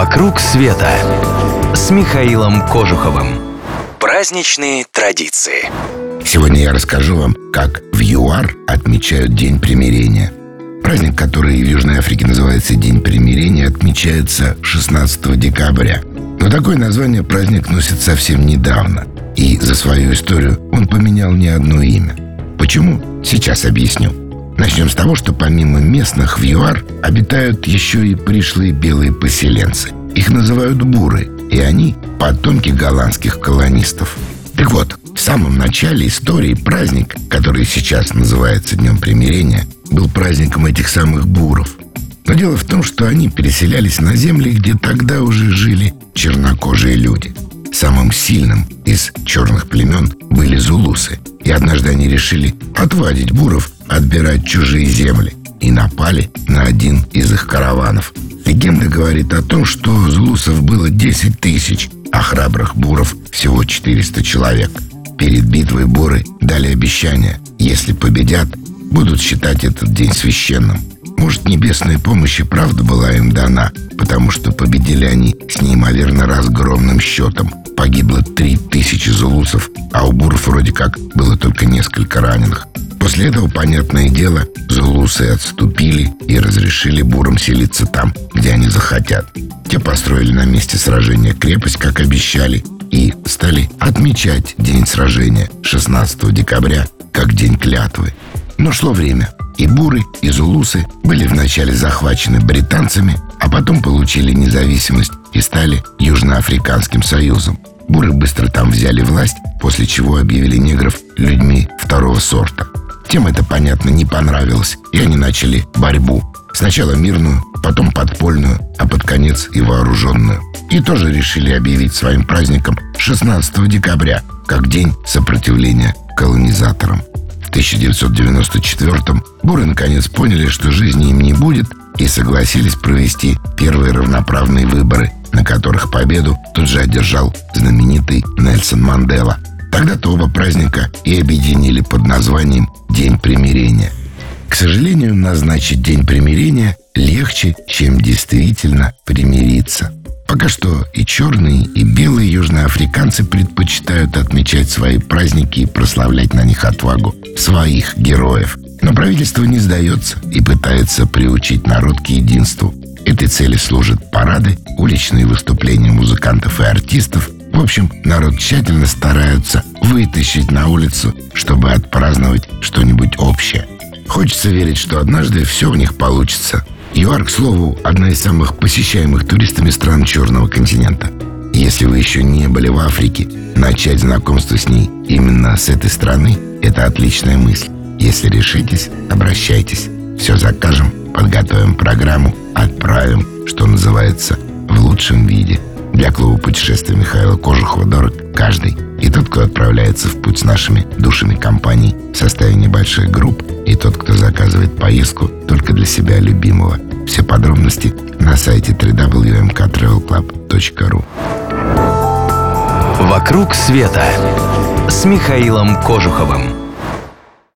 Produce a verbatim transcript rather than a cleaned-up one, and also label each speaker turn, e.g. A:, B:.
A: «Вокруг света» с Михаилом Кожуховым. Праздничные традиции.
B: Сегодня я расскажу вам, как в ЮАР отмечают День примирения. Праздник, который в Южной Африке называется День примирения, отмечается шестнадцатого декабря. Но такое название праздник носит совсем недавно. И за свою историю он поменял не одно имя. Почему? Сейчас объясню. Начнем с того, что помимо местных в ЮАР обитают еще и пришлые белые поселенцы. Их называют буры, и они потомки голландских колонистов. Так вот, в самом начале истории праздник, который сейчас называется Днем примирения, был праздником этих самых буров. Но дело в том, что они переселялись на земли, где тогда уже жили чернокожие люди. Самым сильным из черных племен были зулусы. И однажды они решили отвадить буров отбирать чужие земли и напали на один из их караванов. Легенда говорит о том, что зулусов было десять тысяч, а храбрых буров всего четыреста человек. Перед битвой буры дали обещание: если победят, будут считать этот день священным. Может, небесная помощь и правда была им дана, потому что победили они с неимоверно разгромным счетом. Погибло три тысячи зулусов, а у буров вроде как было только несколько раненых. После этого, понятное дело, зулусы отступили и разрешили бурам селиться там, где они захотят. Те построили на месте сражения крепость, как обещали, и стали отмечать день сражения шестнадцатого декабря как день клятвы. Но шло время, и буры, и зулусы были вначале захвачены британцами, а потом получили независимость и стали Южноафриканским союзом. Буры быстро там взяли власть, после чего объявили негров людьми второго сорта. Тем это, понятно, не понравилось, и они начали борьбу. Сначала мирную, потом подпольную, а под конец и вооруженную. И тоже решили объявить своим праздником шестнадцатого декабря, как день сопротивления колонизаторам. В тысяча девятьсот девяносто четвёртом буры наконец поняли, что жизни им не будет, и согласились провести первые равноправные выборы, на которых победу тут же одержал знаменитый Нельсон Мандела. Тогда-то оба праздника и объединили под названием День примирения. К сожалению, назначить День примирения легче, чем действительно примириться. Пока что и черные, и белые южноафриканцы предпочитают отмечать свои праздники и прославлять на них отвагу своих героев. Но правительство не сдается и пытается приучить народ к единству. Этой цели служат парады, уличные выступления музыкантов и артистов. В общем, народ тщательно стараются вытащить на улицу, чтобы отпраздновать что-нибудь общее. Хочется верить, что однажды все у них получится. ЮАР, к слову, одна из самых посещаемых туристами стран Черного континента. Если вы еще не были в Африке, начать знакомство с ней именно с этой страны – это отличная мысль. Если решитесь, обращайтесь. Все закажем, подготовим программу, отправим, что называется, в лучшем виде. Для клуба путешествий Михаила Кожухова дорог каждый. И тот, кто отправляется в путь с нашими душами компаний в составе небольших групп, и тот, кто заказывает поездку только для себя любимого. Все подробности на сайте дабл ю дабл ю дабл ю точка эм ка трэвел клаб точка ру.
A: «Вокруг света» с Михаилом Кожуховым.